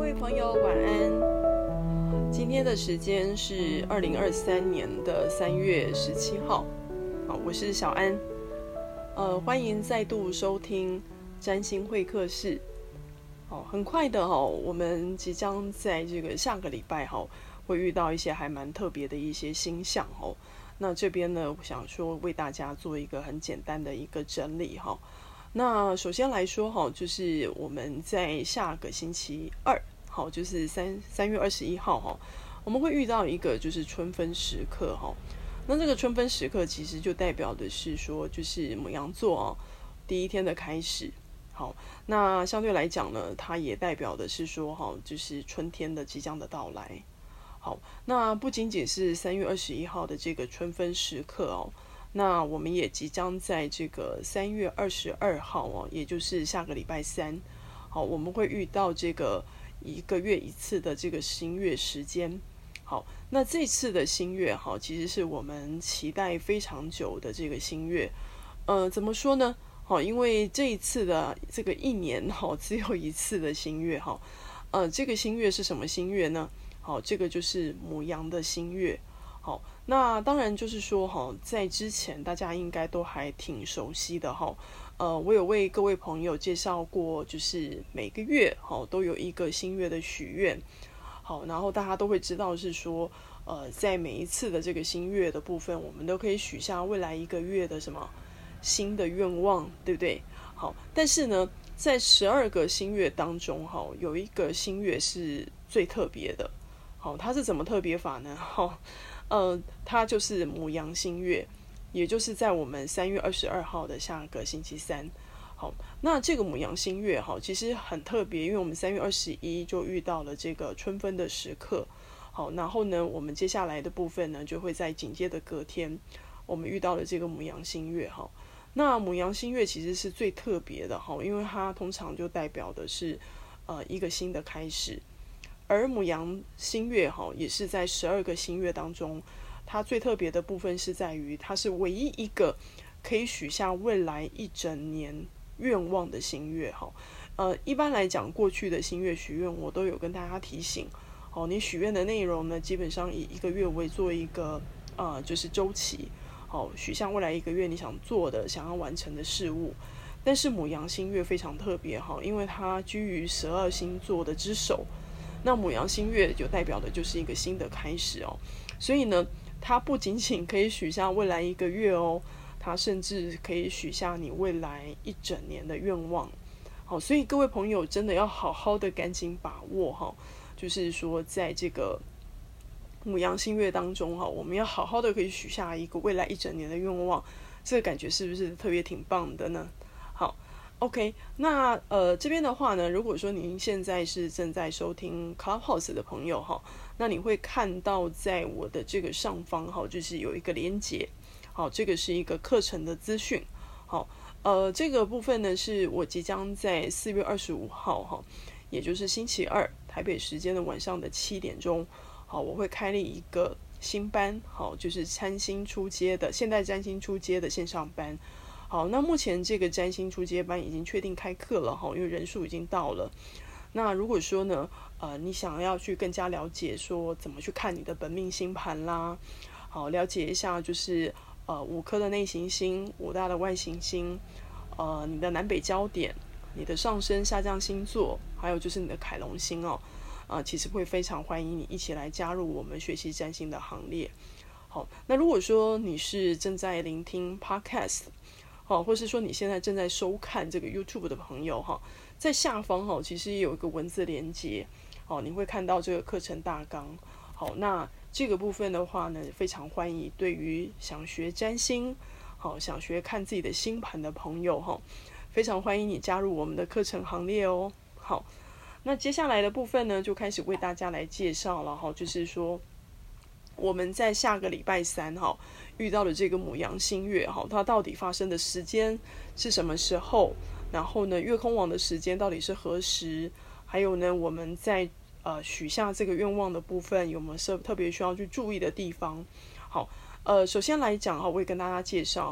位朋友晚安。今天的时间是2023年的3月17号。我是小安。欢迎再度收听占星会客室。很快的我们即将在这个下个礼拜会遇到一些还蛮特别的一些星象那这边呢，我想说为大家做一个很简单的一个整理那首先来说就是我们在下个星期二就是3月21号我们会遇到一个就是春分时刻那这个春分时刻其实就代表的是说就是牡羊座第一天的开始。好，那相对来讲呢，它也代表的是说就是春天的即将的到来。好，那不仅仅是3月21号的这个春分时刻那我们也即将在这个3月22号也就是下个礼拜三我们会遇到这个1个月一次的这个新月时间。好，那这次的新月其实是我们期待非常久的这个新月。怎么说呢？因为这一次的这个一年只有一次的新月这个新月是什么新月呢？这个就是牡羊的新月。好，那当然就是说在之前大家应该都还挺熟悉的我有为各位朋友介绍过，就是每个月都有一个新月的许愿。好，然后大家都会知道是说在每一次的这个新月的部分，我们都可以许下未来1个月的什么新的愿望，对不对？好，但是呢在12个新月当中有一个新月是最特别的。好，它是怎么特别法呢？它就是牡羊新月，也就是在我们3月22号的下个星期三。好，那这个牡羊新月其实很特别，因为我们3月21就遇到了这个春分的时刻。好，然后呢我们接下来的部分呢就会在紧接的隔天我们遇到了这个牡羊新月。那牡羊新月其实是最特别的因为它通常就代表的是一个新的开始。而牡羊新月也是在12个新月当中，它最特别的部分是在于它是唯一一个可以许下未来一整年愿望的新月一般来讲过去的新月许愿我都有跟大家提醒你许愿的内容呢基本上以1个月为做一个就是周期许下未来1个月你想做的想要完成的事物。但是牡羊新月非常特别因为它居于12星座的之首。那牡羊新月就代表的就是一个新的开始所以呢它不仅仅可以许下未来1个月它甚至可以许下你未来一整年的愿望。好，所以各位朋友真的要好好的赶紧把握就是说在这个牡羊新月当中我们要好好的可以许下一个未来一整年的愿望。这个感觉是不是特别挺棒的呢？好，OK， 那这边的话呢，如果说您现在是正在收听 Clubhouse 的朋友那你会看到在我的这个上方就是有一个连结。好，这个是一个课程的资讯。好，这个部分呢是我即将在4月25号也就是星期二台北时间的晚上的7点钟我会开立一个新班就是占星初阶的现代占星初阶的线上班。好，那目前这个占星初阶班已经确定开课了因为人数已经到了。那如果说呢你想要去更加了解说怎么去看你的本命星盘啦，好，了解一下就是5颗的内行星，5大的外行星，你的南北焦点，你的上升下降星座，还有就是你的凯龙星其实会非常欢迎你一起来加入我们学习占星的行列。好，那如果说你是正在聆听 Podcast或是说你现在正在收看这个 YouTube 的朋友在下方其实也有一个文字连结你会看到这个课程大纲。好，那这个部分的话呢非常欢迎对于想学占星想学看自己的星盘的朋友非常欢迎你加入我们的课程行列好，那接下来的部分呢就开始为大家来介绍了就是说我们在下个礼拜三遇到的这个牡羊新月它到底发生的时间是什么时候，然后呢月空王的时间到底是何时，还有呢我们在许下这个愿望的部分有没有特别需要去注意的地方。好，首先来讲我会跟大家介绍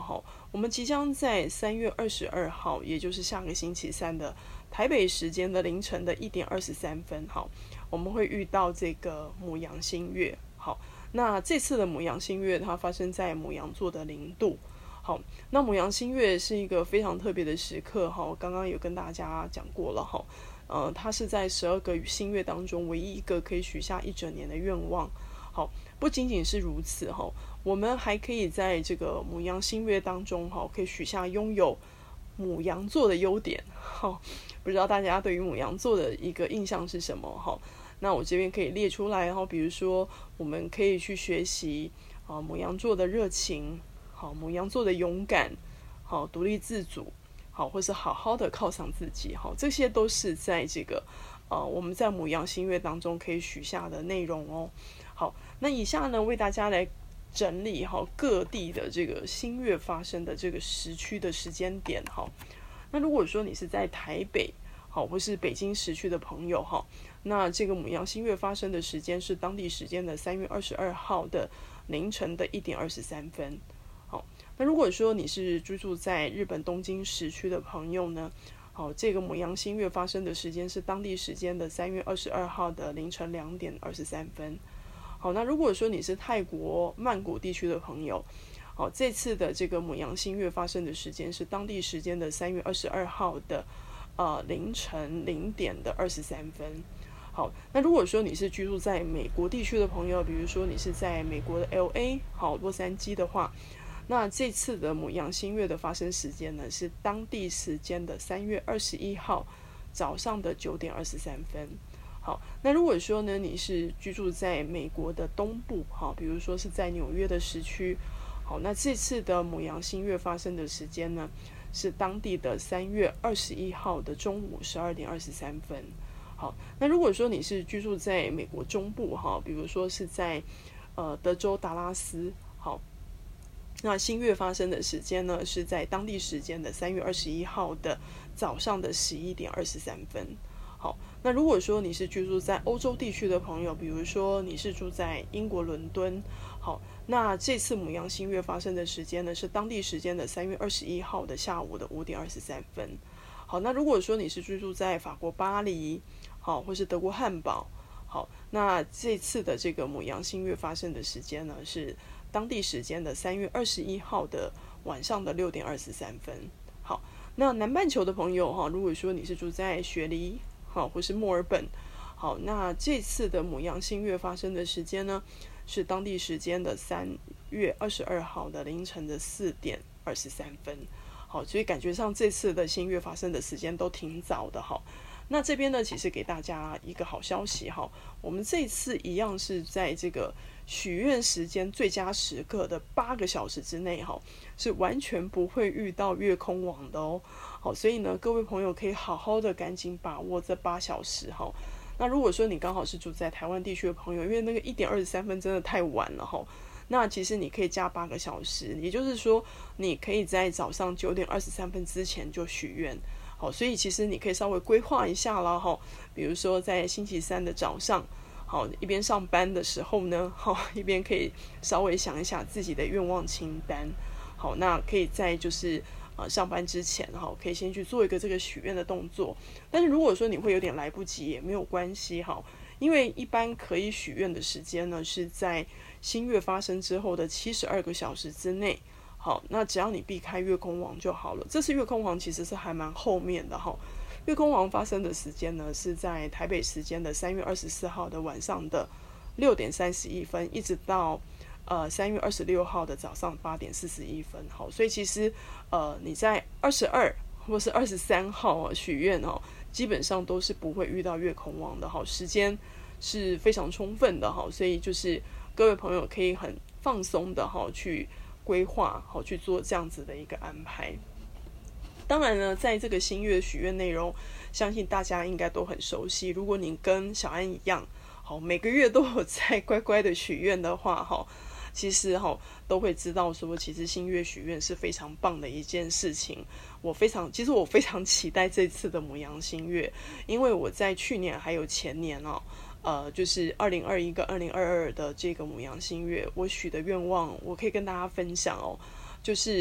我们即将在3月22号，也就是下个星期三的台北时间的凌晨的1点23分，好，我们会遇到这个牡羊新月。好，那这次的牡羊新月它发生在牡羊座的0度。好，那牡羊新月是一个非常特别的时刻，哈，刚刚有跟大家讲过了，哈，它是在12个新月当中唯一一个可以许下一整年的愿望。好，不仅仅是如此，哈，我们还可以在这个牡羊新月当中，哈，可以许下拥有牡羊座的优点。好，不知道大家对于牡羊座的一个印象是什么？哈，那我这边可以列出来，哈，比如说我们可以去学习牡羊座的热情。好，牡羊座的勇敢，好，独立自主，好，或是好好的犒赏自己，好，这些都是在这个我们在牡羊新月当中可以许下的内容哦。好，那以下呢为大家来整理各地的这个新月发生的这个时区的时间点。好，那如果说你是在台北，好，或是北京时区的朋友，哈，那这个牡羊新月发生的时间是当地时间的3月22号的凌晨的1点23分。好，那如果说你是居住在日本东京时区的朋友呢，好，这个牡羊新月发生的时间是当地时间的3月22号的凌晨2点23分。好，那如果说你是泰国曼谷地区的朋友，好，这次的这个牡羊新月发生的时间是当地时间的3月22号的凌晨0点23分。好，那如果说你是居住在美国地区的朋友，比如说你是在美国的 LA 好洛杉矶的话，那这次的牡羊新月的发生时间呢是当地时间的3月21号早上的9点23分。好，那如果说呢你是居住在美国的东部，好，比如说是在纽约的时区，好，那这次的牡羊新月发生的时间呢是当地的3月21号的中午12点23分。好，那如果说你是居住在美国中部，哈，比如说是在德州达拉斯，好，那新月发生的时间呢是在当地时间的3月21号的早上的11点23分。好，那如果说你是居住在欧洲地区的朋友，比如说你是住在英国伦敦，好，那这次牡羊新月发生的时间呢是当地时间的3月21号的下午的5点23分。好，那如果说你是居住在法国巴黎，好，或是德国汉堡，好，那这次的这个牡羊新月发生的时间呢是当地时间的3月21号的晚上的6点23分。好，那南半球的朋友哈，如果说你是住在雪梨，好，或是墨尔本，好，那这次的牡羊新月发生的时间呢是当地时间的3月22号的凌晨的4点23分。好，所以感觉上这次的新月发生的时间都挺早的哈。那这边呢，其实给大家一个好消息哈，我们这次一样是在这个许愿时间最佳时刻的8个小时之内哈，是完全不会遇到月空网的哦。好，所以呢，各位朋友可以好好的赶紧把握这8小时哈。那如果说你刚好是住在台湾地区的朋友，因为那个1点23分真的太晚了哈。那其实你可以加8个小时，也就是说，你可以在早上9点23分之前就许愿。好，所以其实你可以稍微规划一下啦哈，比如说在星期三的早上，好，一边上班的时候呢，好，一边可以稍微想一下自己的愿望清单。好，那可以在就是上班之前哈，可以先去做一个这个许愿的动作。但是如果说你会有点来不及，也没有关系哈，因为一般可以许愿的时间呢是在新月发生之后的72个小时之内。好，那只要你避开月空王就好了。这次月空王其实是还蛮后面的哈。月空王发生的时间呢是在台北时间的3月24号的晚上的6点31分，一直到3月26号的早上8点41分。好，所以其实你在22或是23号许愿哦，基本上都是不会遇到月空王的。好，时间是非常充分的哈，所以就是各位朋友可以很放松的哈去规划，好去做这样子的一个安排。当然呢，在这个新月许愿内容，相信大家应该都很熟悉。如果你跟小安一样，好每个月都有在乖乖的许愿的话，哈，其实都会知道说，其实新月许愿是非常棒的一件事情。其实我非常期待这次的牡羊新月，因为我在去年还有前年就是2021跟2022的这个牡羊新月，我许的愿望，我可以跟大家分享哦，就是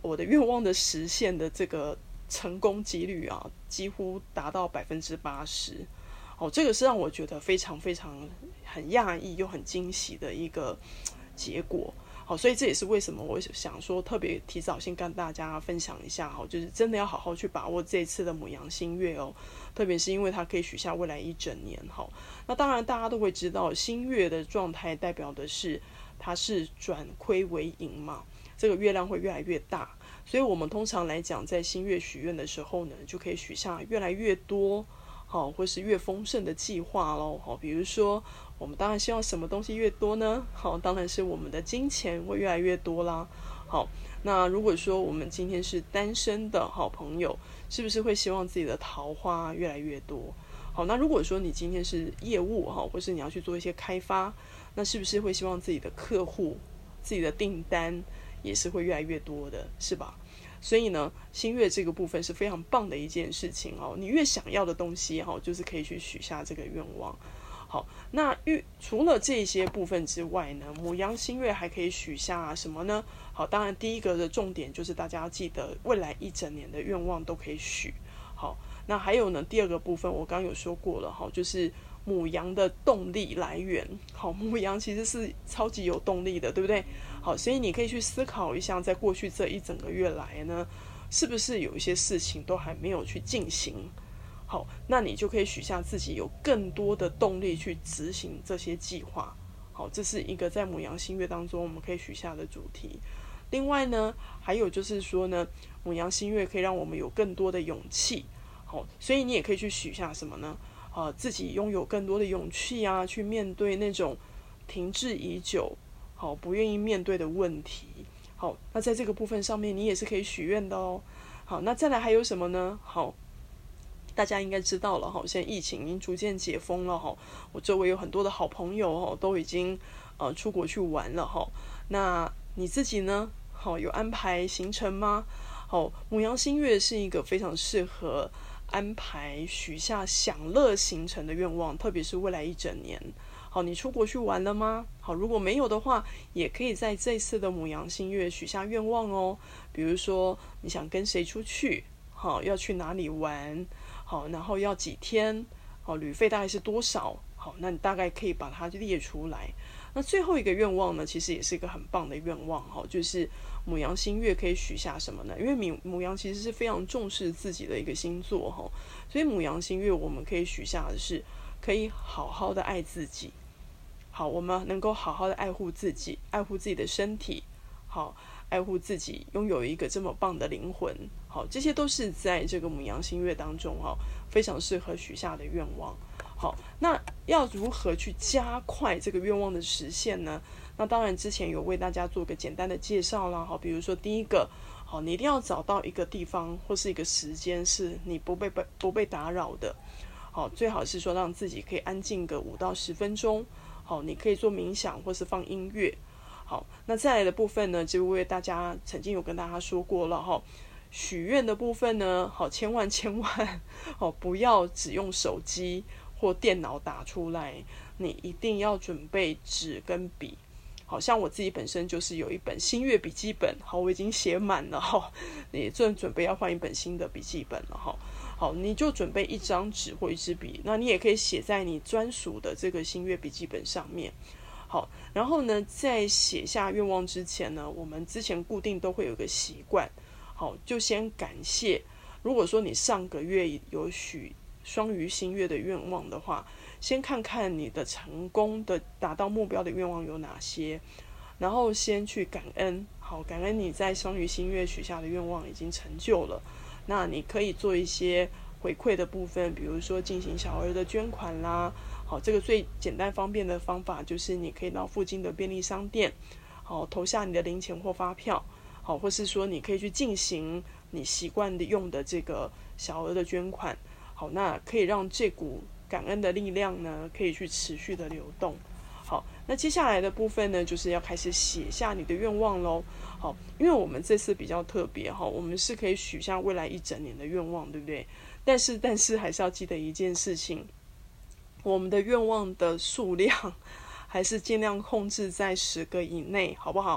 我的愿望的实现的这个成功几率啊，几乎达到80%。这个是让我觉得非常非常很讶异又很惊喜的一个结果。所以这也是为什么我想说特别提早先跟大家分享一下，就是真的要好好去把握这一次的牡羊新月哦，特别是因为它可以许下未来一整年。那当然大家都会知道，新月的状态代表的是它是转亏为盈嘛，这个月亮会越来越大，所以我们通常来讲在新月许愿的时候呢，就可以许下越来越多或是越丰盛的计划咯。比如说我们当然希望什么东西越多呢？当然是我们的金钱会越来越多啦。那如果说我们今天是单身的好朋友，是不是会希望自己的桃花越来越多？那如果说你今天是业务或是你要去做一些开发，那是不是会希望自己的客户、自己的订单也是会越来越多的，是吧？所以呢，新月这个部分是非常棒的一件事情你越想要的东西就是可以去许下这个愿望。那除了这些部分之外呢，牡羊新月还可以许下什么呢？当然第一个的重点就是大家要记得未来一整年的愿望都可以许。那还有呢，第二个部分我刚刚有说过了就是牡羊的动力来源。牡羊其实是超级有动力的，对不对？所以你可以去思考一下，在过去这一整个月来呢，是不是有一些事情都还没有去进行？那你就可以许下自己有更多的动力去执行这些计划。这是一个在牡羊新月当中我们可以许下的主题。另外呢，还有就是说呢，牡羊新月可以让我们有更多的勇气。所以你也可以去许下什么呢？自己拥有更多的勇气啊，去面对那种停滞已久不愿意面对的问题。那在这个部分上面你也是可以许愿的哦。那再来还有什么呢？大家应该知道了现在疫情已经逐渐解封了我周围有很多的好朋友都已经出国去玩了那你自己呢有安排行程吗？牡羊新月是一个非常适合安排许下享乐行程的愿望，特别是未来一整年。你出国去玩了吗？如果没有的话，也可以在这次的牡羊新月许下愿望哦。比如说你想跟谁出去，要去哪里玩，然后要几天，旅费大概是多少，那你大概可以把它列出来。那最后一个愿望呢，其实也是一个很棒的愿望就是牡羊新月可以许下什么呢？因为牡羊其实是非常重视自己的一个星座所以牡羊新月我们可以许下的是可以好好的爱自己。我们能够好好的爱护自己，爱护自己的身体，爱护自己拥有一个这么棒的灵魂。这些都是在这个牡羊新月当中非常适合许下的愿望。那要如何去加快这个愿望的实现呢？那当然之前有为大家做个简单的介绍啦。比如说第一个，你一定要找到一个地方或是一个时间是你不被打扰的。最好是说让自己可以安静个5到10分钟。你可以做冥想或是放音乐。那再来的部分呢，就为大家曾经有跟大家说过了许愿的部分呢，千万不要只用手机或电脑打出来，你一定要准备纸跟笔。像我自己本身就是有一本新月笔记本，我已经写满了也正准备要换一本新的笔记本了你就准备一张纸或一支笔，那你也可以写在你专属的这个新月笔记本上面。然后呢，在写下愿望之前呢，我们之前固定都会有一个习惯，就先感谢。如果说你上个月有许双鱼新月的愿望的话，先看看你的成功的达到目标的愿望有哪些，然后先去感恩。感恩你在双鱼新月许下的愿望已经成就了。那你可以做一些回馈的部分，比如说进行小额的捐款啦。这个最简单方便的方法就是你可以到附近的便利商店投下你的零钱或发票，或是说你可以去进行你习惯的用的这个小额的捐款。那可以让这股感恩的力量呢可以去持续的流动。那接下来的部分呢，就是要开始写下你的愿望咯。因为我们这次比较特别我们是可以许下未来一整年的愿望，对不对？但是还是要记得一件事情，我们的愿望的数量还是尽量控制在10个以内，好不好？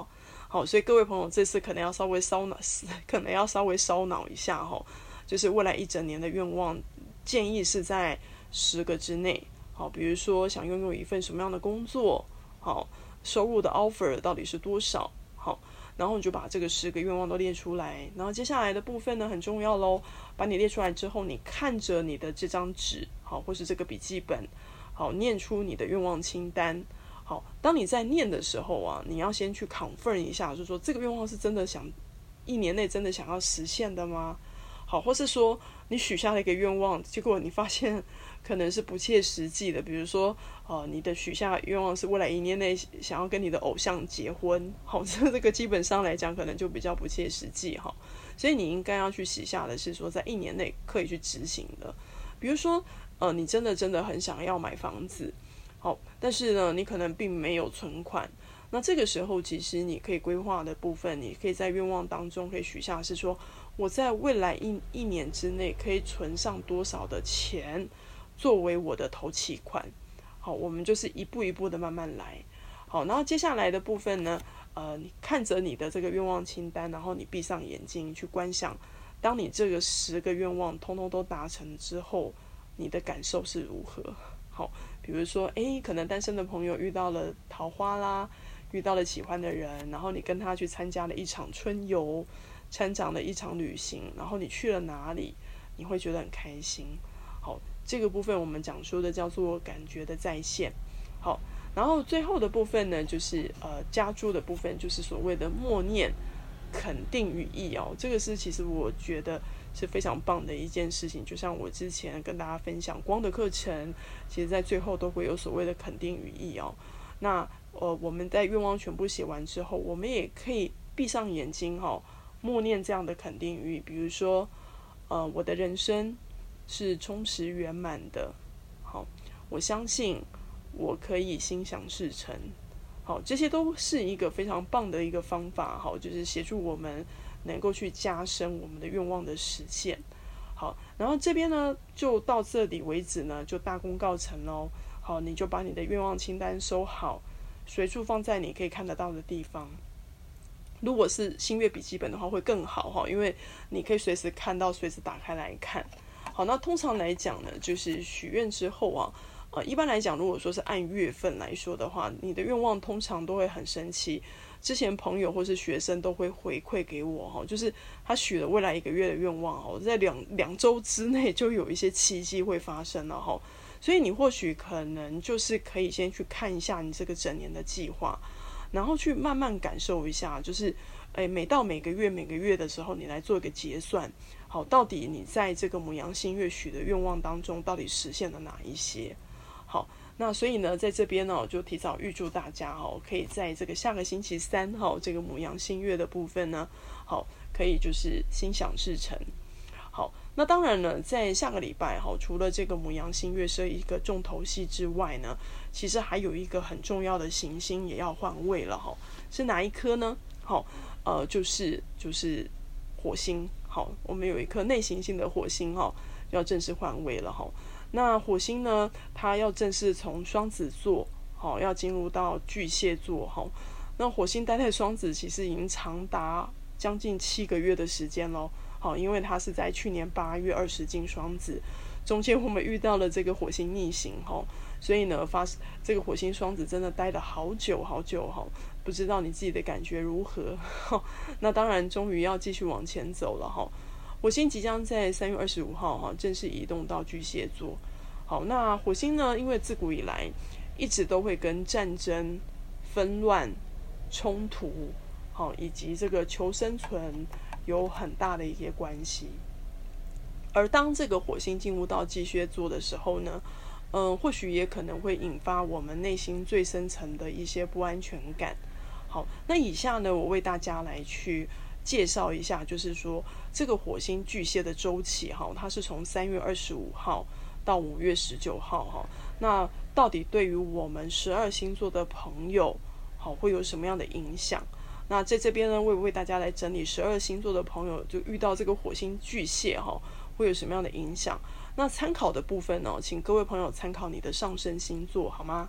好，所以各位朋友这次可能要稍微烧脑一下就是未来一整年的愿望，建议是在10个之内。好，比如说想拥有一份什么样的工作，好，收入的 offer 到底是多少，好，然后你就把这个10个愿望都列出来。然后接下来的部分呢很重要咯，把你列出来之后，你看着你的这张纸，好，或是这个笔记本，好，念出你的愿望清单。好，当你在念的时候啊，你要先去 confirm 一下，就是说这个愿望是真的1年内真的想要实现的吗？好，或是说你许下了一个愿望，结果你发现可能是不切实际的，比如说你的许下愿望是未来1年内想要跟你的偶像结婚，好，这个基本上来讲可能就比较不切实际哈，所以你应该要去许下的是说在1年内可以去执行的。比如说你真的很想要买房子，好，但是呢你可能并没有存款，那这个时候其实你可以规划的部分，你可以在愿望当中可以许下是说我在未来一年之内可以存上多少的钱作为我的头期款。好，我们就是一步一步的慢慢来。好，然后接下来的部分呢你看着你的这个愿望清单，然后你闭上眼睛去观想，当你这个10个愿望通通都达成之后，你的感受是如何。好，比如说可能单身的朋友遇到了桃花啦，遇到了喜欢的人，然后你跟他去参加了一场春游，参加了一场旅行，然后你去了哪里，你会觉得很开心。好，这个部分我们讲说的叫做感觉的再现。好，然后最后的部分呢，就是加注的部分，就是所谓的默念肯定语义这个是其实我觉得是非常棒的一件事情。就像我之前跟大家分享光的课程，其实在最后都会有所谓的肯定语义那我们在愿望全部写完之后，我们也可以闭上眼睛默念这样的肯定语，比如说我的人生是充实圆满的，好，我相信我可以心想事成。好，这些都是一个非常棒的一个方法，好，就是协助我们能够去加深我们的愿望的实现。好，然后这边呢就到这里为止呢，就大功告成咯。好，你就把你的愿望清单收好，随处放在你可以看得到的地方。如果是星月笔记本的话会更好因为你可以随时看到，随时打开来看。好，那通常来讲呢，就是许愿之后一般来讲，如果说是按月份来说的话，你的愿望通常都会很神奇。之前朋友或是学生都会回馈给我就是他许了未来1个月的愿望在两周之内就有一些奇迹会发生了所以你或许可能就是可以先去看一下你这个整年的计划，然后去慢慢感受一下，就是每到每个月的时候，你来做一个结算。好，到底你在这个牡羊新月许的愿望当中，到底实现了哪一些？好，那所以呢，在这边呢，就提早预祝大家可以在这个下个星期三这个牡羊新月的部分呢，好，可以就是心想事成。好，那当然呢，在下个礼拜除了这个牡羊新月是一个重头戏之外呢，其实还有一个很重要的行星也要换位了是哪一颗呢？好，就是火星。好，我们有一颗内行星的火星要正式换位了那火星呢，它要正式从双子座要进入到巨蟹座那火星待在双子其实已经长达将近7个月的时间咯因为它是在去年8月20进双子，中间我们遇到了这个火星逆行所以呢这个火星双子真的待了好久不知道你自己的感觉如何那当然终于要继续往前走了火星即将在3月25号正式移动到巨蟹座。好，那火星呢，因为自古以来一直都会跟战争、纷乱、冲突以及这个求生存有很大的一些关系。而当这个火星进入到巨蟹座的时候呢，或许也可能会引发我们内心最深层的一些不安全感。好，那以下呢，我为大家来去介绍一下，就是说这个火星巨蟹的周期它是从3月25号到5月19号那到底对于我们12星座的朋友会有什么样的影响？那在这边呢，我也为大家来整理12星座的朋友就遇到这个火星巨蟹会有什么样的影响。那参考的部分请各位朋友参考你的上升星座好吗？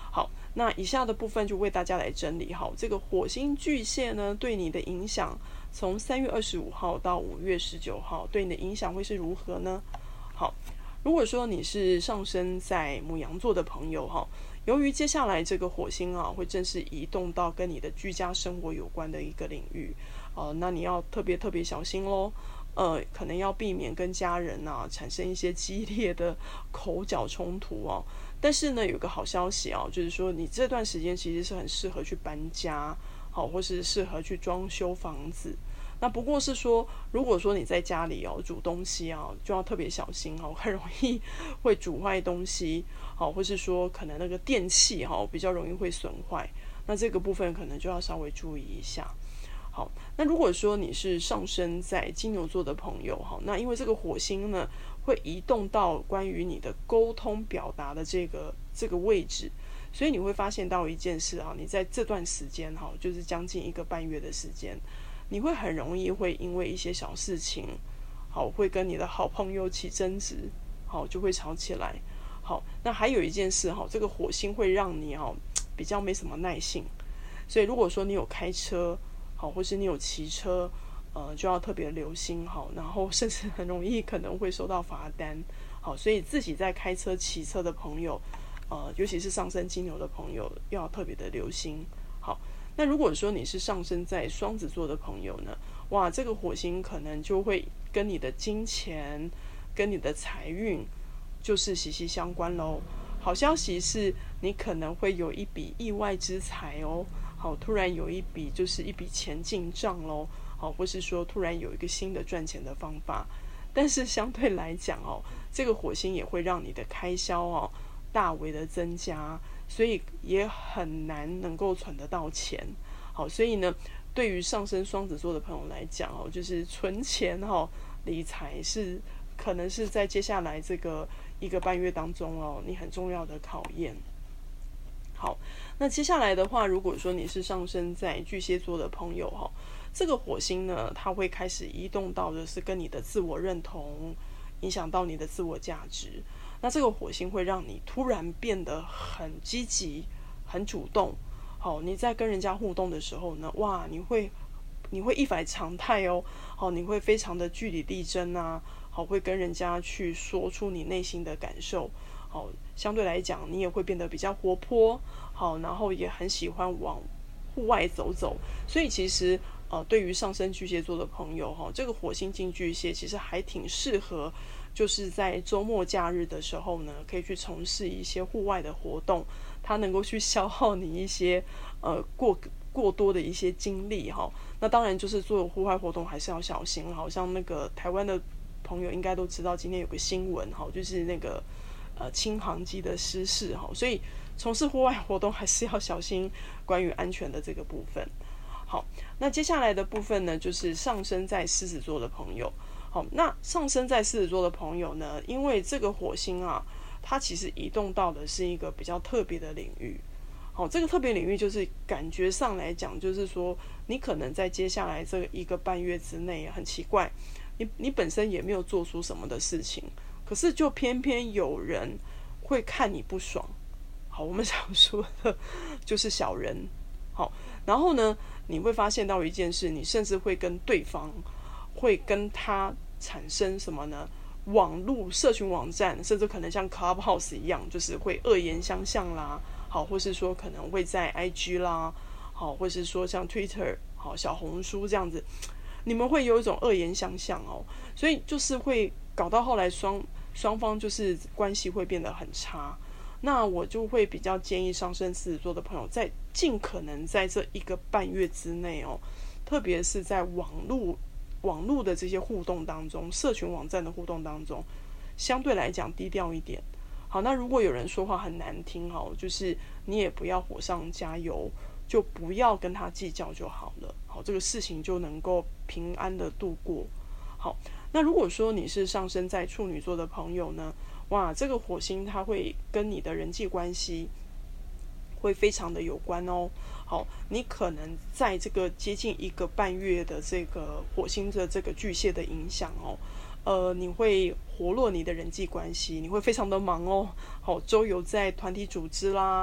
好，那以下的部分就为大家来整理好这个火星巨蟹呢对你的影响，从3月25号到5月19号对你的影响会是如何呢？好，如果说你是上升在牡羊座的朋友哈，由于接下来这个火星啊会正式移动到跟你的居家生活有关的一个领域，那你要特别小心咯。可能要避免跟家人啊产生一些激烈的口角冲突哦。但是呢，有个好消息哦，就是说你这段时间其实是很适合去搬家，好，或是适合去装修房子。那不过是说，如果说你在家里哦煮东西啊，就要特别小心哦，很容易会煮坏东西，好，或是说可能那个电器哈比较容易会损坏，那这个部分可能就要稍微注意一下。好，那如果说你是上升在金牛座的朋友，那因为这个火星呢会移动到关于你的沟通表达的这个位置，所以你会发现到一件事啊，你在这段时间就是将近1个半月的时间，你会很容易会因为一些小事情，会跟你的好朋友起争执，就会吵起来。好，那还有一件事这个火星会让你比较没什么耐性，所以如果说你有开车或是你有骑车，就要特别留心然后甚至很容易可能会收到罚单。好，所以自己在开车骑车的朋友，尤其是上升金牛的朋友，要特别的留心。好，那如果说你是上升在双子座的朋友呢，哇，这个火星可能就会跟你的金钱、跟你的财运就是息息相关咯。好消息是你可能会有一笔意外之财哦。好，突然有一笔就是一笔钱进账咯，好，或是说突然有一个新的赚钱的方法。但是相对来讲这个火星也会让你的开销大为的增加，所以也很难能够存得到钱。好，所以呢，对于上升双子座的朋友来讲就是存钱理财是可能是在接下来这个1个半月当中你很重要的考验。好，那接下来的话，如果说你是上升在巨蟹座的朋友这个火星呢，它会开始移动到的是跟你的自我认同，影响到你的自我价值。那这个火星会让你突然变得很积极、很主动。好，你在跟人家互动的时候呢，哇，你会一反常态哦。好，你会非常的据理力争啊。好，会跟人家去说出你内心的感受。好，相对来讲，你也会变得比较活泼。好，然后也很喜欢往户外走走。所以其实对于上升巨蟹座的朋友这个火星进巨蟹其实还挺适合，就是在周末假日的时候呢，可以去从事一些户外的活动，它能够去消耗你一些过多的一些精力那当然就是做户外活动还是要小心，好像那个台湾的朋友应该都知道，今天有个新闻就是那个轻航机的失事所以从事户外活动还是要小心关于安全的这个部分。好，那接下来的部分呢，就是上升在狮子座的朋友。好，那上升在狮子座的朋友呢，因为这个火星它其实移动到的是一个比较特别的领域。好，这个特别领域就是感觉上来讲，就是说你可能在接下来这1个半月之内，很奇怪，你本身也没有做出什么的事情，可是就偏偏有人会看你不爽。好，我们想说的就是小人。好，然后呢，你会发现到一件事，你甚至会跟对方，会跟他产生什么呢？网络社群网站，甚至可能像 Clubhouse 一样，就是会恶言相向啦。好，或是说可能会在 IG 啦，好，或是说像 Twitter 好小红书这样子，你们会有一种恶言相向所以就是会搞到后来双方就是关系会变得很差。那我就会比较建议上升狮子座的朋友，在尽可能在这1个半月之内特别是在网络的这些互动当中，社群网站的互动当中，相对来讲低调一点。好，那如果有人说话很难听就是你也不要火上加油，就不要跟他计较就好了。好，这个事情就能够平安的度过。好，那如果说你是上升在处女座的朋友呢，哇，这个火星它会跟你的人际关系会非常的有关好，你可能在这个接近1个半月的这个火星的这个巨蟹的影响你会活络你的人际关系，你会非常的忙好，周游在团体组织啦，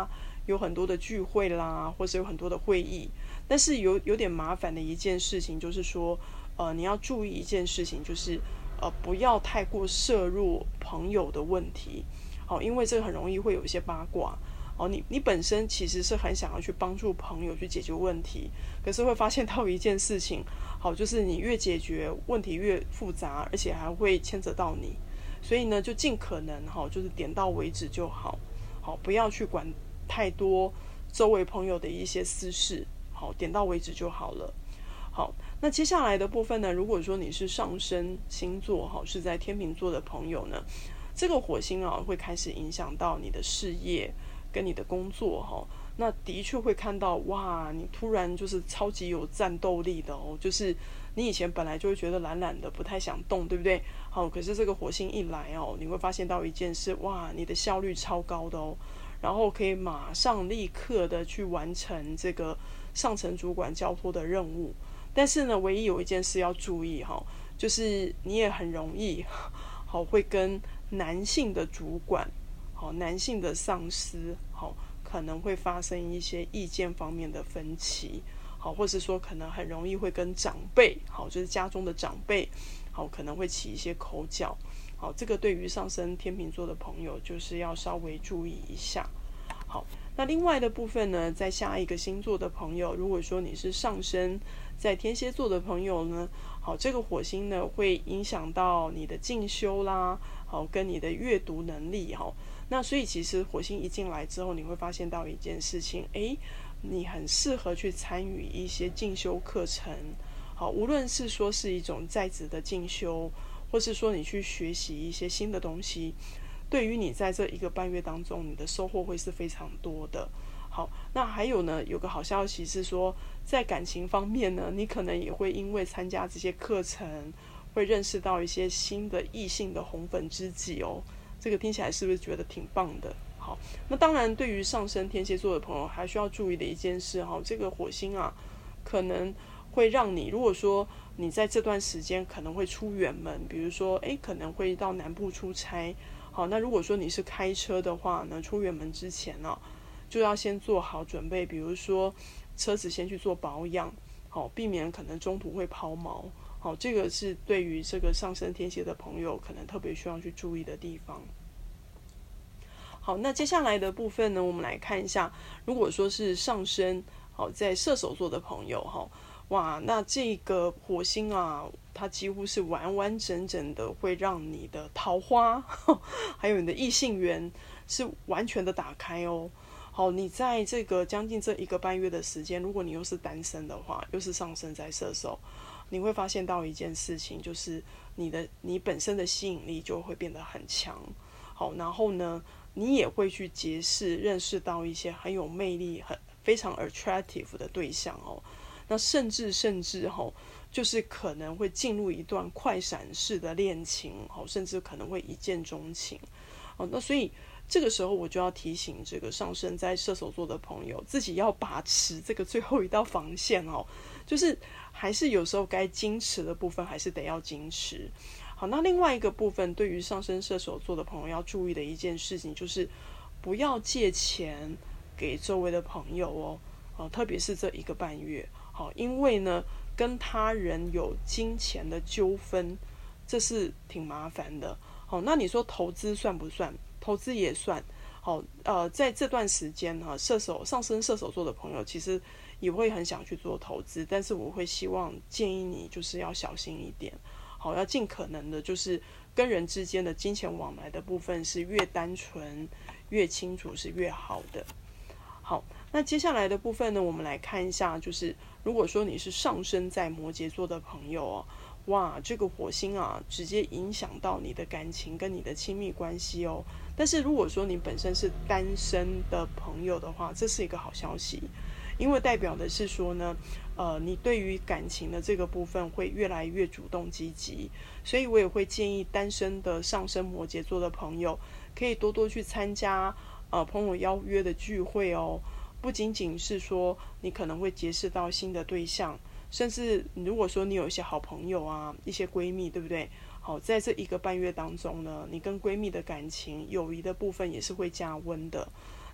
有很多的聚会啦，或者有很多的会议。但是有点麻烦的一件事情就是说，你要注意一件事情，就是不要太过涉入朋友的问题，好，因为这个很容易会有一些八卦。你本身其实是很想要去帮助朋友去解决问题，可是会发现到一件事情，好，就是你越解决问题越复杂，而且还会牵扯到你，所以呢，就尽可能就是点到为止就好，好，不要去管太多周围朋友的一些私事，好，点到为止就好了。好，那接下来的部分呢，如果说你是上升星座是在天秤座的朋友呢，这个火星会开始影响到你的事业跟你的工作那的确会看到哇，你突然就是超级有战斗力的就是你以前本来就会觉得懒懒的不太想动，对不对？好，可是这个火星一来你会发现到一件事，哇，你的效率超高的然后可以马上立刻的去完成这个上层主管交托的任务。但是呢，唯一有一件事要注意就是你也很容易会跟男性的主管男性的上司可能会发生一些意见方面的分歧，或是说可能很容易会跟长辈就是家中的长辈可能会起一些口角。这个对于上升天秤座的朋友就是要稍微注意一下。好，那另外的部分呢，在下一个星座的朋友，如果说你是上升在天蝎座的朋友呢，好，这个火星呢会影响到你的进修啦，好，跟你的阅读能力那所以其实火星一进来之后，你会发现到一件事情，你很适合去参与一些进修课程，好，无论是说是一种在职的进修，或是说你去学习一些新的东西，对于你在这1个半月当中，你的收获会是非常多的。好，那还有呢，有个好消息是说，在感情方面呢，你可能也会因为参加这些课程，会认识到一些新的异性的红粉知己这个听起来是不是觉得挺棒的？好，那当然对于上升天蝎座的朋友还需要注意的一件事这个火星可能会让你，如果说你在这段时间可能会出远门，比如说可能会到南部出差。好，那如果说你是开车的话呢，出远门之前就要先做好准备，比如说车子先去做保养，好，避免可能中途会抛锚。好，这个是对于这个上升天蝎的朋友可能特别需要去注意的地方。好，那接下来的部分呢，我们来看一下，如果说是上升在射手座的朋友哇，那这个火星它几乎是完完整整的会让你的桃花还有你的异性缘是完全的打开好，你在这个将近这1个半月的时间，如果你又是单身的话，又是上升在射手，你会发现到一件事情，就是你本身的吸引力就会变得很强。好，然后呢，你也会去认识到一些很有魅力、非常 attractive 的对象那甚至就是可能会进入一段快闪式的恋情甚至可能会一见钟情那所以这个时候我就要提醒这个上升在射手座的朋友，自己要把持这个最后一道防线就是还是有时候该矜持的部分还是得要矜持。好，那另外一个部分，对于上升射手座的朋友要注意的一件事情，就是不要借钱给周围的朋友特别是这1个半月好，因为呢跟他人有金钱的纠纷，这是挺麻烦的。好，那你说投资算不算？投资也算。好，在这段时间上升射手座的朋友其实也会很想去做投资，但是我会建议你就是要小心一点。好，要尽可能的就是跟人之间的金钱往来的部分是越单纯越清楚是越好的。好，那接下来的部分呢，我们来看一下，就是如果说你是上升在摩羯座的朋友哇，这个火星直接影响到你的感情跟你的亲密关系但是如果说你本身是单身的朋友的话，这是一个好消息，因为代表的是说呢你对于感情的这个部分会越来越主动积极，所以我也会建议单身的上升摩羯座的朋友可以多多去参加朋友邀约的聚会不仅仅是说你可能会结识到新的对象，甚至如果说你有一些好朋友一些闺蜜，对不对？好，在这1个半月当中呢，你跟闺蜜的感情友谊的部分也是会加温的。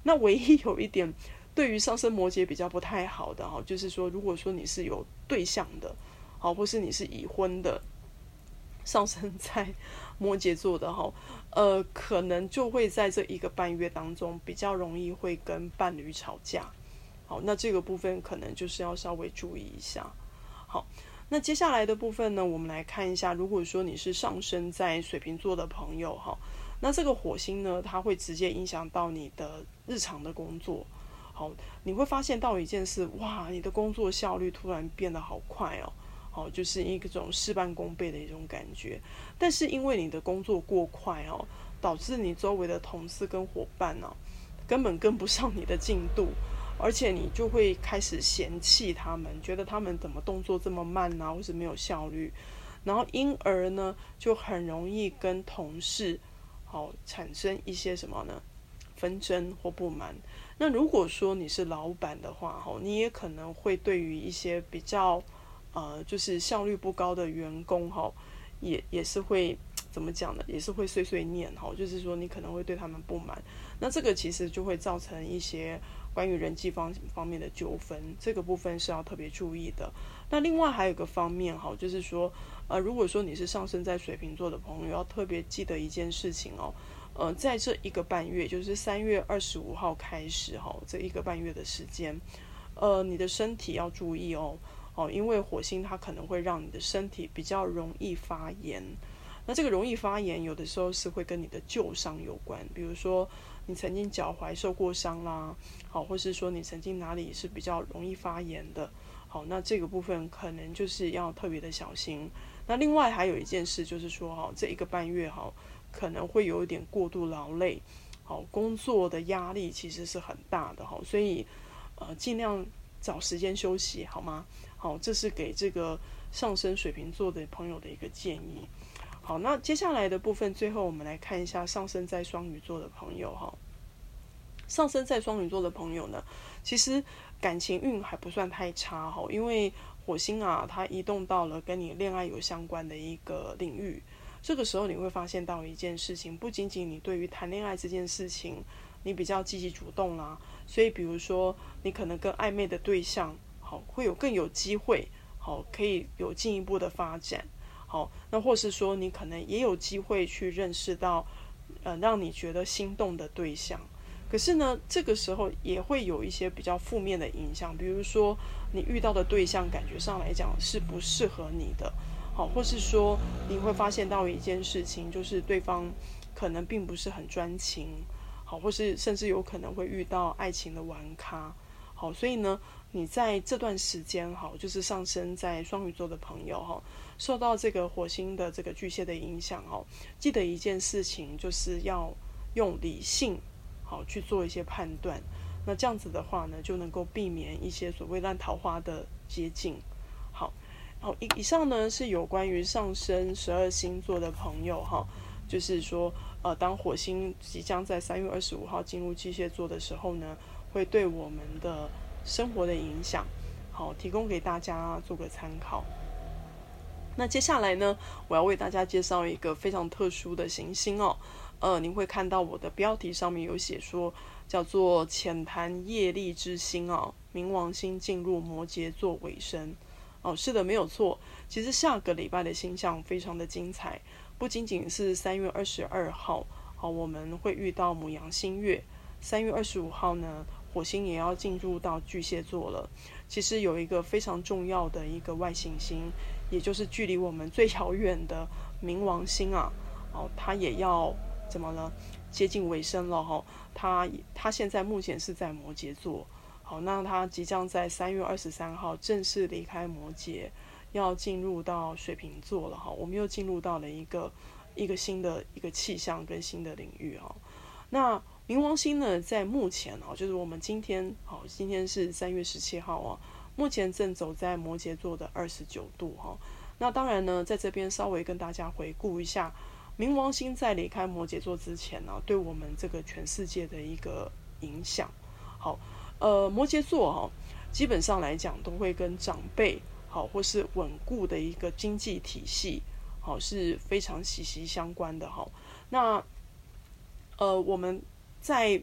那唯一有一点对于上升摩羯比较不太好的就是说，如果说你是有对象的，或是你是已婚的，上升在摩羯座的可能就会在这1个半月当中比较容易会跟伴侣吵架。好，那这个部分可能就是要稍微注意一下。好，那接下来的部分呢，我们来看一下，如果说你是上升在水瓶座的朋友那这个火星呢，它会直接影响到你的日常的工作。好，你会发现到一件事，哇，你的工作效率突然变得好快就是一种事半功倍的一种感觉。但是因为你的工作过快导致你周围的同事跟伙伴根本跟不上你的进度，而且你就会开始嫌弃他们，觉得他们怎么动作这么慢或是没有效率，然后因而呢就很容易跟同事产生一些什么呢？纷争或不满。那如果说你是老板的话你也可能会对于一些比较就是效率不高的员工也是会怎么讲呢？也是会碎碎念就是说你可能会对他们不满。那这个其实就会造成一些关于人际方面的纠纷，这个部分是要特别注意的。那另外还有一个方面就是说如果说你是上升在水瓶座的朋友，要特别记得一件事情在这1个半月，就是3月25号开始这1个半月的时间，你的身体要注意因为火星它可能会让你的身体比较容易发炎。那这个容易发炎有的时候是会跟你的旧伤有关，比如说你曾经脚踝受过伤啦，或是说你曾经哪里是比较容易发炎的，那这个部分可能就是要特别的小心。那另外还有一件事就是说这1个半月可能会有一点过度劳累，工作的压力其实是很大的所以尽量找时间休息好吗？这是给这个上升水瓶座的朋友的一个建议。好，那接下来的部分，最后我们来看一下上升在双鱼座的朋友上升在双鱼座的朋友呢，其实感情运还不算太差因为火星它移动到了跟你恋爱有相关的一个领域。这个时候你会发现到一件事情，不仅仅你对于谈恋爱这件事情你比较积极主动啦，所以比如说你可能跟暧昧的对象会更有机会可以有进一步的发展。那或是说你可能也有机会去认识到让你觉得心动的对象。可是呢这个时候也会有一些比较负面的影响，比如说你遇到的对象感觉上来讲是不适合你的，或是说你会发现到一件事情，就是对方可能并不是很专情，或是甚至有可能会遇到爱情的玩咖。所以呢你在这段时间就是上升在双鱼座的朋友受到这个火星的这个巨蟹的影响记得一件事情，就是要用理性去做一些判断。那这样子的话呢，就能够避免一些所谓烂桃花的接近。以上呢是有关于上升12星座的朋友就是说当火星即将在3月25号进入巨蟹座的时候呢，会对我们的生活的影响提供给大家做个参考。那接下来呢，我要为大家介绍一个非常特殊的行星你会看到我的标题上面有写说叫做浅谈业力之星冥王星进入摩羯座尾声。是的，没有错。其实下个礼拜的星象非常的精彩，不仅仅是3月22号我们会遇到牡羊新月，3月25号呢火星也要进入到巨蟹座了。其实有一个非常重要的一个外行星，也就是距离我们最遥远的冥王星它也要怎么了？接近尾声了它现在目前是在摩羯座。那它即将在3月23号正式离开摩羯，要进入到水瓶座了我们又进入到了一个新的一个气象跟新的领域那冥王星呢，在目前就是我们今天是3月17号目前正走在摩羯座的29度那当然呢，在这边稍微跟大家回顾一下，冥王星在离开摩羯座之前对我们这个全世界的一个影响。摩羯座基本上来讲都会跟长辈或是稳固的一个经济体系是非常息息相关的那我们在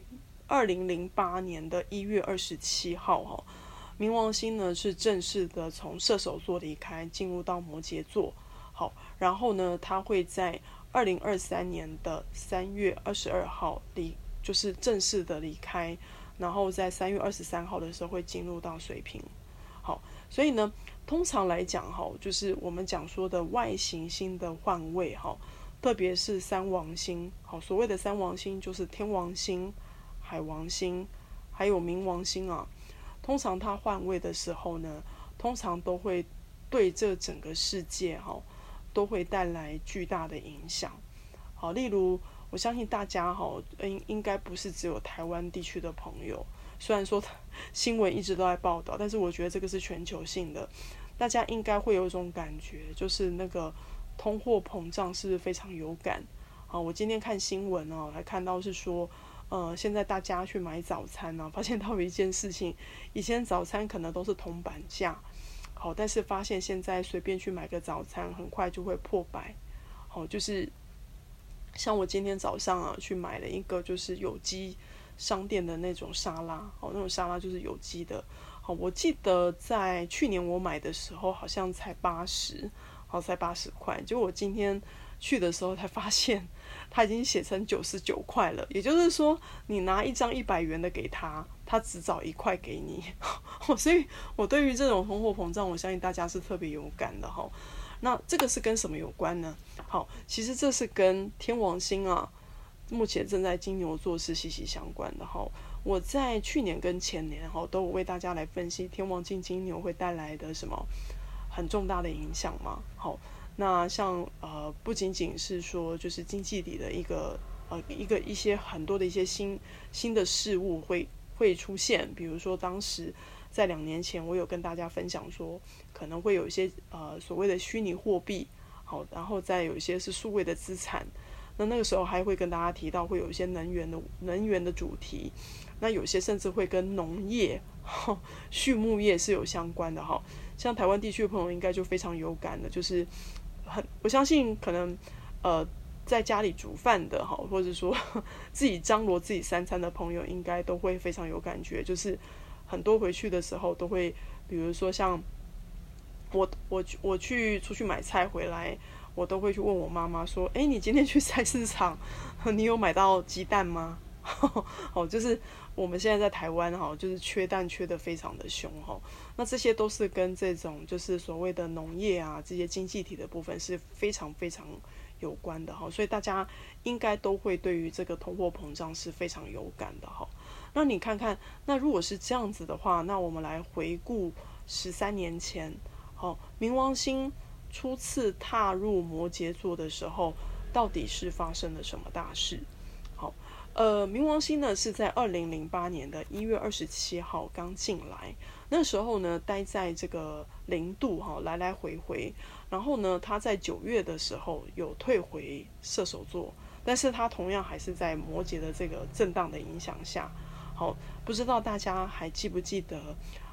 2008年的1月27号冥王星呢是正式的从射手座离开，进入到摩羯座。好，然后呢，它会在2023年的3月22号就是正式的离开，然后在3月23号的时候会进入到水瓶。好，所以呢，通常来讲就是我们讲说的外行星的换位特别是三王星。好，所谓的三王星就是天王星、海王星还有冥王星啊。通常它换位的时候呢，通常都会对这整个世界都会带来巨大的影响。好，例如我相信大家应该不是只有台湾地区的朋友，虽然说新闻一直都在报道，但是我觉得这个是全球性的，大家应该会有一种感觉，就是那个通货膨胀是不是非常有感。我今天看新闻还看到是说现在大家去买早餐发现到有一件事情，以前早餐可能都是铜板价，好，但是发现现在随便去买个早餐很快就会破百。好，就是像我今天早上去买了一个就是有机商店的那种沙拉，那种沙拉就是有机的。好，我记得在去年我买的时候好像才80块，结果我今天去的时候才发现他已经写成99块了，也就是说你拿一张100元的给他，他只找1块给你。所以我对于这种通货膨胀，我相信大家是特别有感的。那这个是跟什么有关呢？好，其实这是跟天王星目前正在金牛座是息息相关的。我在去年跟前年都有为大家来分析天王进金牛会带来的什么很重大的影响嘛。好，那像不仅仅是说就是经济里的一些很多的一些新的事物会出现，比如说当时在2年前我有跟大家分享说可能会有一些所谓的虚拟货币，好，然后再有一些是数位的资产。那个时候还会跟大家提到会有一些能源的主题，那有些甚至会跟农业、畜牧业是有相关的。像台湾地区的朋友应该就非常有感的，就是我相信可能在家里煮饭的或者说自己张罗自己3餐的朋友应该都会非常有感觉，就是很多回去的时候都会，比如说像我出去买菜回来，我都会去问我妈妈说，你今天去菜市场你有买到鸡蛋吗？就是我们现在在台湾就是缺蛋缺得非常的凶那这些都是跟这种就是所谓的农业这些经济体的部分是非常非常有关的所以大家应该都会对于这个通货膨胀是非常有感的那你看看，那如果是这样子的话，那我们来回顾13年前冥王星初次踏入摩羯座的时候，到底是发生了什么大事？冥王星呢是在2008年的1月27号刚进来，那时候呢待在这个0度来来回回，然后呢他在9月的时候有退回射手座，但是他同样还是在摩羯的这个震荡的影响下。不知道大家还记不记得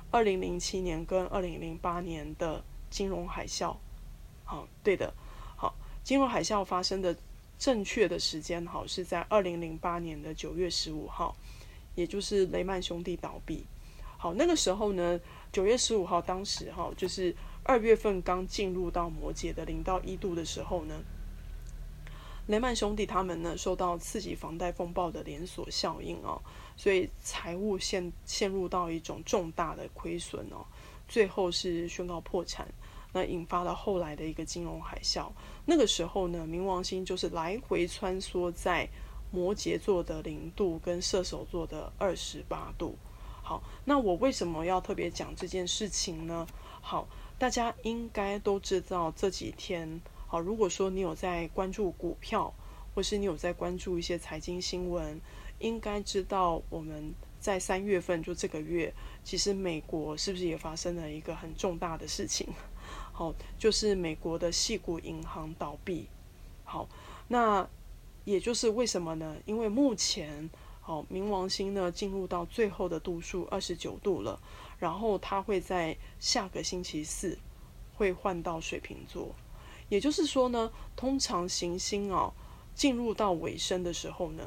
2007年跟2008年的金融海啸？对的，金融海啸发生的正确的时间是在2008年的9月15号，也就是雷曼兄弟倒闭。那个时候呢9月15号当时就是2月份刚进入到摩羯的0到1度的时候呢，雷曼兄弟他们呢受到次级房贷风暴的连锁效应所以财务陷入到一种重大的亏损最后是宣告破产，那引发了后来的一个金融海啸。那个时候呢，冥王星就是来回穿梭在摩羯座的0度跟射手座的28度。那我为什么要特别讲这件事情呢？大家应该都知道这几天如果说你有在关注股票，或是你有在关注一些财经新闻，应该知道我们在3月份就这个月，其实美国是不是也发生了一个很重大的事情？就是美国的矽谷银行倒闭。那也就是为什么呢？因为目前冥王星呢进入到最后的度数29度了，然后它会在下个星期4会换到水瓶座。也就是说呢，通常行星进入到尾声的时候呢，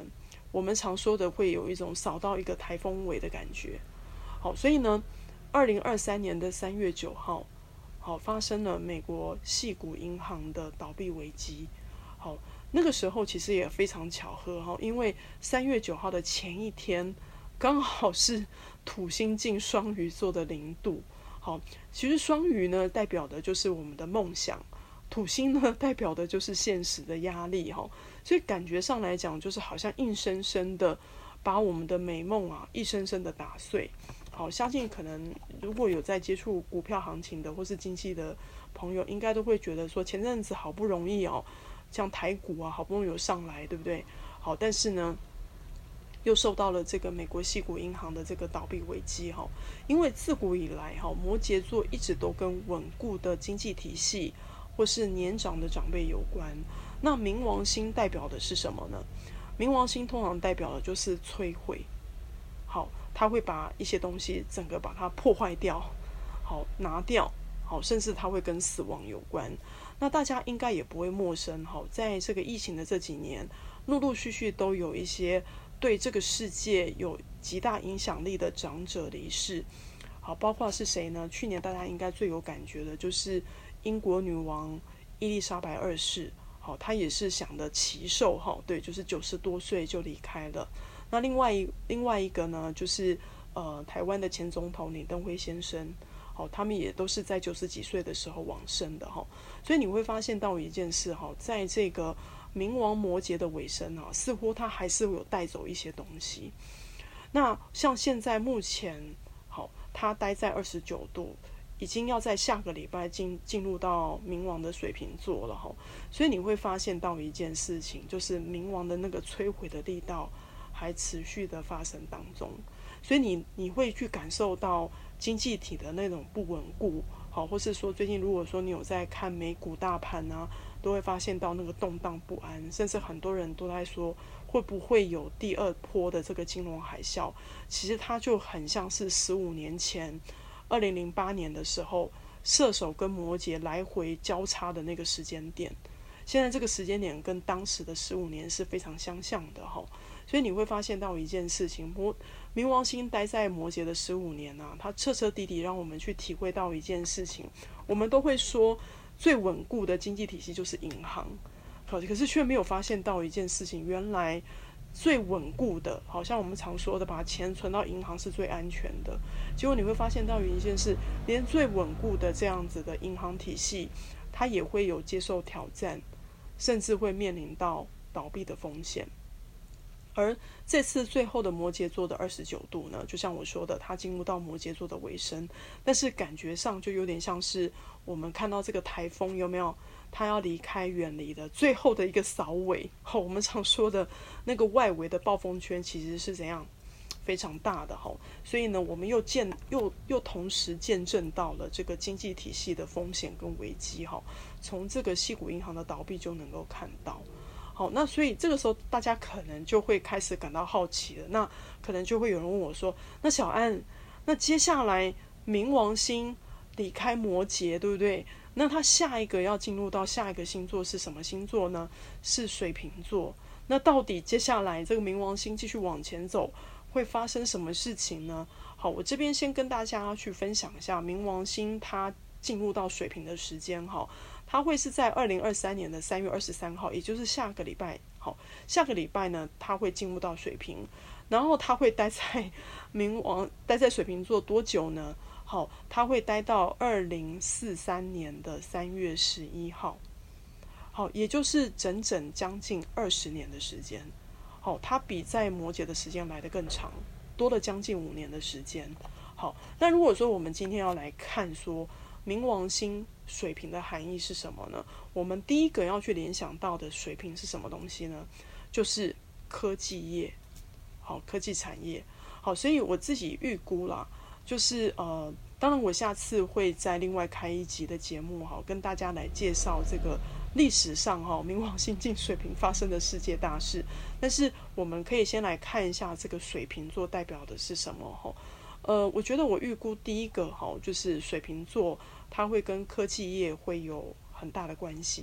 我们常说的会有一种扫到一个台风尾的感觉。好，所以呢2023年的3月9号，好，发生了美国矽谷银行的倒闭危机。好，那个时候其实也非常巧合，因为3月9号的前一天刚好是土星进双鱼座的0度。好，其实双鱼呢代表的就是我们的梦想，土星呢代表的就是现实的压力，所以感觉上来讲就是好像硬生生的把我们的美梦一生生的打碎。好，相信可能如果有在接触股票行情的或是经济的朋友，应该都会觉得说前阵子好不容易像台股好不容易有上来，对不对？好，但是呢又受到了这个美国矽谷银行的这个倒闭危机。因为自古以来摩羯座一直都跟稳固的经济体系或是年长的长辈有关。那冥王星代表的是什么呢？冥王星通常代表的就是摧毁。好，它会把一些东西整个把它破坏掉，好，拿掉，好，甚至它会跟死亡有关。那大家应该也不会陌生，在这个疫情的这几年，陆陆续续都有一些对这个世界有极大影响力的长者离世。好，包括是谁呢？去年大家应该最有感觉的就是英国女王伊丽莎白2世。好，她也是享得奇寿，对，就是90多岁就离开了。那另外一个呢，就是台湾的前总统李登辉先生。好，他们也都是在90几岁的时候往生的。所以你会发现到一件事，在这个冥王摩羯的尾声似乎他还是有带走一些东西。那像现在目前他待在29度，已经要在下个礼拜进入到冥王的水瓶座了。所以你会发现到一件事情，就是冥王的那个摧毁的力道还持续的发生当中。所以你会去感受到经济体的那种不稳固，或是说最近如果说你有在看美股大盘都会发现到那个动荡不安，甚至很多人都在说会不会有第二波的这个金融海啸。其实它就很像是15年前2008年的时候射手跟摩羯来回交叉的那个时间点。现在这个时间点跟当时的15年是非常相像的。所以你会发现到一件事情，冥王星待在摩羯的15年它彻彻底底让我们去体会到一件事情。我们都会说最稳固的经济体系就是银行，可是却没有发现到一件事情，原来最稳固的，好像我们常说的把钱存到银行是最安全的。结果你会发现到一件事，连最稳固的这样子的银行体系，它也会有接受挑战，甚至会面临到倒闭的风险。而这次最后的摩羯座的29度呢，就像我说的，它进入到摩羯座的尾声，但是感觉上就有点像是我们看到这个台风有没有，它要离开远离的最后的一个扫尾。我们常说的那个外围的暴风圈其实是怎样非常大的。所以呢我们又同时见证到了这个经济体系的风险跟危机。从这个矽谷银行的倒闭就能够看到。好，那所以这个时候大家可能就会开始感到好奇了。那可能就会有人问我说，那小安，那接下来冥王星离开摩羯，对不对？那他下一个要进入到下一个星座是什么星座呢？是水瓶座。那到底接下来这个冥王星继续往前走会发生什么事情呢？好，我这边先跟大家去分享一下冥王星它进入到水瓶的时间。它会是在2023年的3月23号，也就是下个礼拜。好，下个礼拜呢，它会进入到水瓶，然后它会待在水瓶座多久呢？好，它会待到2043年的3月11号。好，也就是整整将近20年的时间。好，它比在摩羯的时间来得更长，多了将近5年的时间。好，那如果说我们今天要来看说冥王星水瓶的含义是什么呢？我们第一个要去联想到的水瓶是什么东西呢？就是科技业。好，科技产业。好，所以我自己预估啦，就是当然我下次会再另外开一集的节目，跟大家来介绍这个历史上冥王星进水瓶发生的世界大事。但是我们可以先来看一下这个水瓶座代表的是什么。我觉得我预估第一个就是水瓶座它会跟科技业会有很大的关系。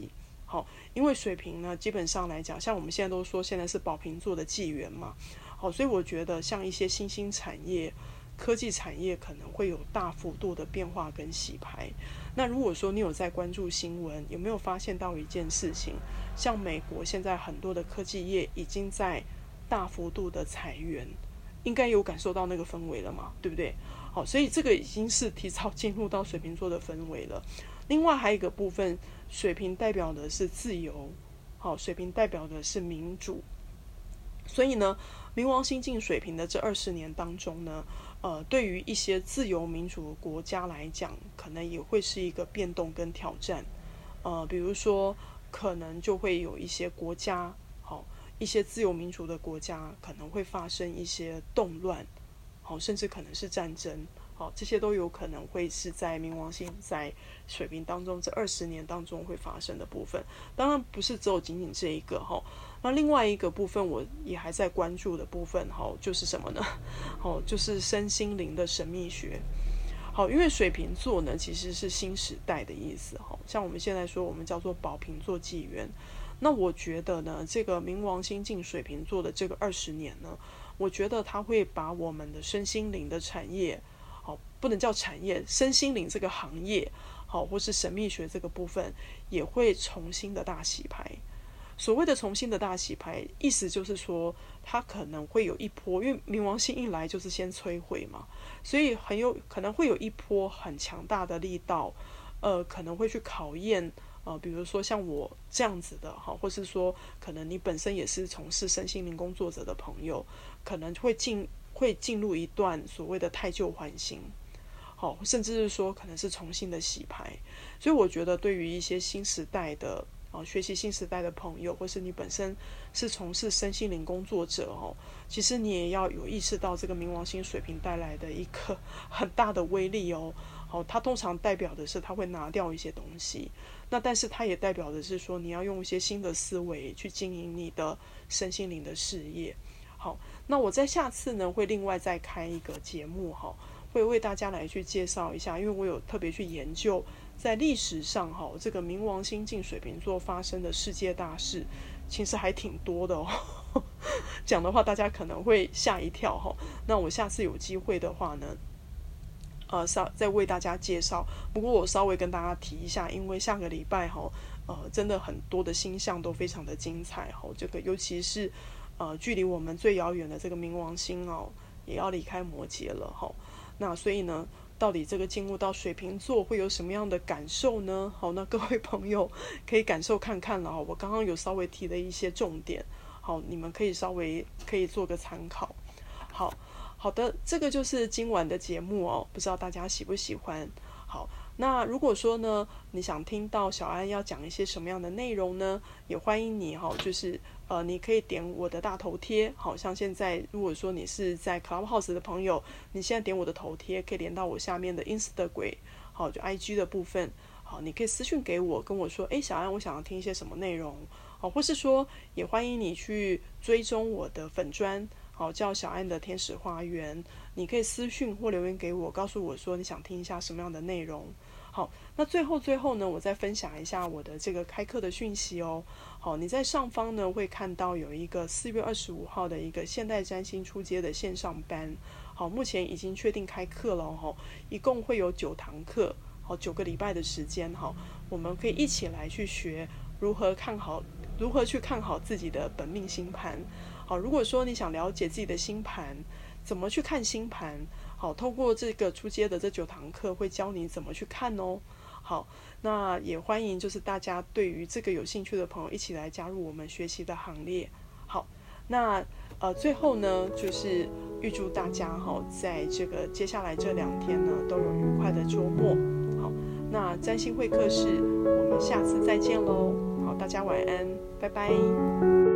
好，因为水瓶呢，基本上来讲，像我们现在都说现在是宝瓶座的纪元嘛，好，所以我觉得像一些新兴产业、科技产业可能会有大幅度的变化跟洗牌。那如果说你有在关注新闻，有没有发现到一件事情？像美国现在很多的科技业已经在大幅度的裁员，应该有感受到那个氛围了嘛，对不对？好，所以这个已经是提早进入到水瓶座的氛围了。另外还有一个部分，水瓶代表的是自由，好，水瓶代表的是民主。所以呢，冥王星进水瓶的这20年当中呢，对于一些自由民主的国家来讲，可能也会是一个变动跟挑战。比如说，可能就会有一些国家，好，一些自由民主的国家可能会发生一些动乱，好，甚至可能是战争。好，这些都有可能会是在冥王星在水瓶当中这20年当中会发生的部分。当然不是只有仅仅这一个哈。那另外一个部分我也还在关注的部分，好，就是什么呢？好，就是身心灵的神秘学。好，因为水瓶座呢其实是新时代的意思，像我们现在说我们叫做宝瓶座纪元。那我觉得呢，这个冥王星进水瓶座的这个20年呢，我觉得它会把我们的身心灵的产业，不能叫产业，身心灵这个行业，或是神秘学这个部分，也会重新的大洗牌。所谓的重新的大洗牌，意思就是说，它可能会有一波，因为冥王星一来就是先摧毁嘛，所以很有可能会有一波很强大的力道，可能会去考验，比如说像我这样子的，或是说可能你本身也是从事身心灵工作者的朋友，可能会进入一段所谓的汰旧换新。好，甚至是说可能是重新的洗牌。所以我觉得对于一些新时代的学习新时代的朋友，或是你本身是从事身心灵工作者其实你也要有意识到这个冥王星水瓶带来的一个很大的威力它通常代表的是它会拿掉一些东西，那但是它也代表的是说你要用一些新的思维去经营你的身心灵的事业。好，那我在下次呢会另外再开一个节目会为大家来去介绍一下，因为我有特别去研究在历史上这个冥王星进水瓶座发生的世界大事，其实还挺多的讲的话大家可能会吓一跳那我下次有机会的话呢再为大家介绍。不过我稍微跟大家提一下，因为下个礼拜真的很多的星象都非常的精彩这个尤其是距离我们最遥远的这个冥王星也要离开摩羯了那所以呢，到底这个进入到水瓶座会有什么样的感受呢？好，那各位朋友可以感受看看了我刚刚有稍微提的一些重点，好，你们可以稍微做个参考。好的，这个就是今晚的节目不知道大家喜不喜欢。好，那如果说呢，你想听到小安要讲一些什么样的内容呢？也欢迎你就是你可以点我的大头贴，好像现在如果说你是在 Clubhouse 的朋友，你现在点我的头贴可以连到我下面的 Instagram， 好，就 IG 的部分，好，你可以私讯给我，跟我说小安我想要听一些什么内容，好，或是说也欢迎你去追踪我的粉专，好，叫小安的天使花园，你可以私讯或留言给我，告诉我说你想听一下什么样的内容。好，那最后呢，我再分享一下我的这个开课的讯息好，你在上方呢会看到有一个4月25号的一个现代占星初阶的线上班，好，目前已经确定开课了一共会有9堂课，好，9个礼拜的时间我们可以一起来去学如何去看好自己的本命星盘。好，如果说你想了解自己的星盘，怎么去看星盘，好，透过这个初阶的这9堂课会教你怎么去看好，那也欢迎就是大家对于这个有兴趣的朋友一起来加入我们学习的行列。好，那最后呢就是预祝大家在这个接下来这2天呢都有愉快的周末。好，那占星会客室我们下次再见咯。好，大家晚安，拜拜。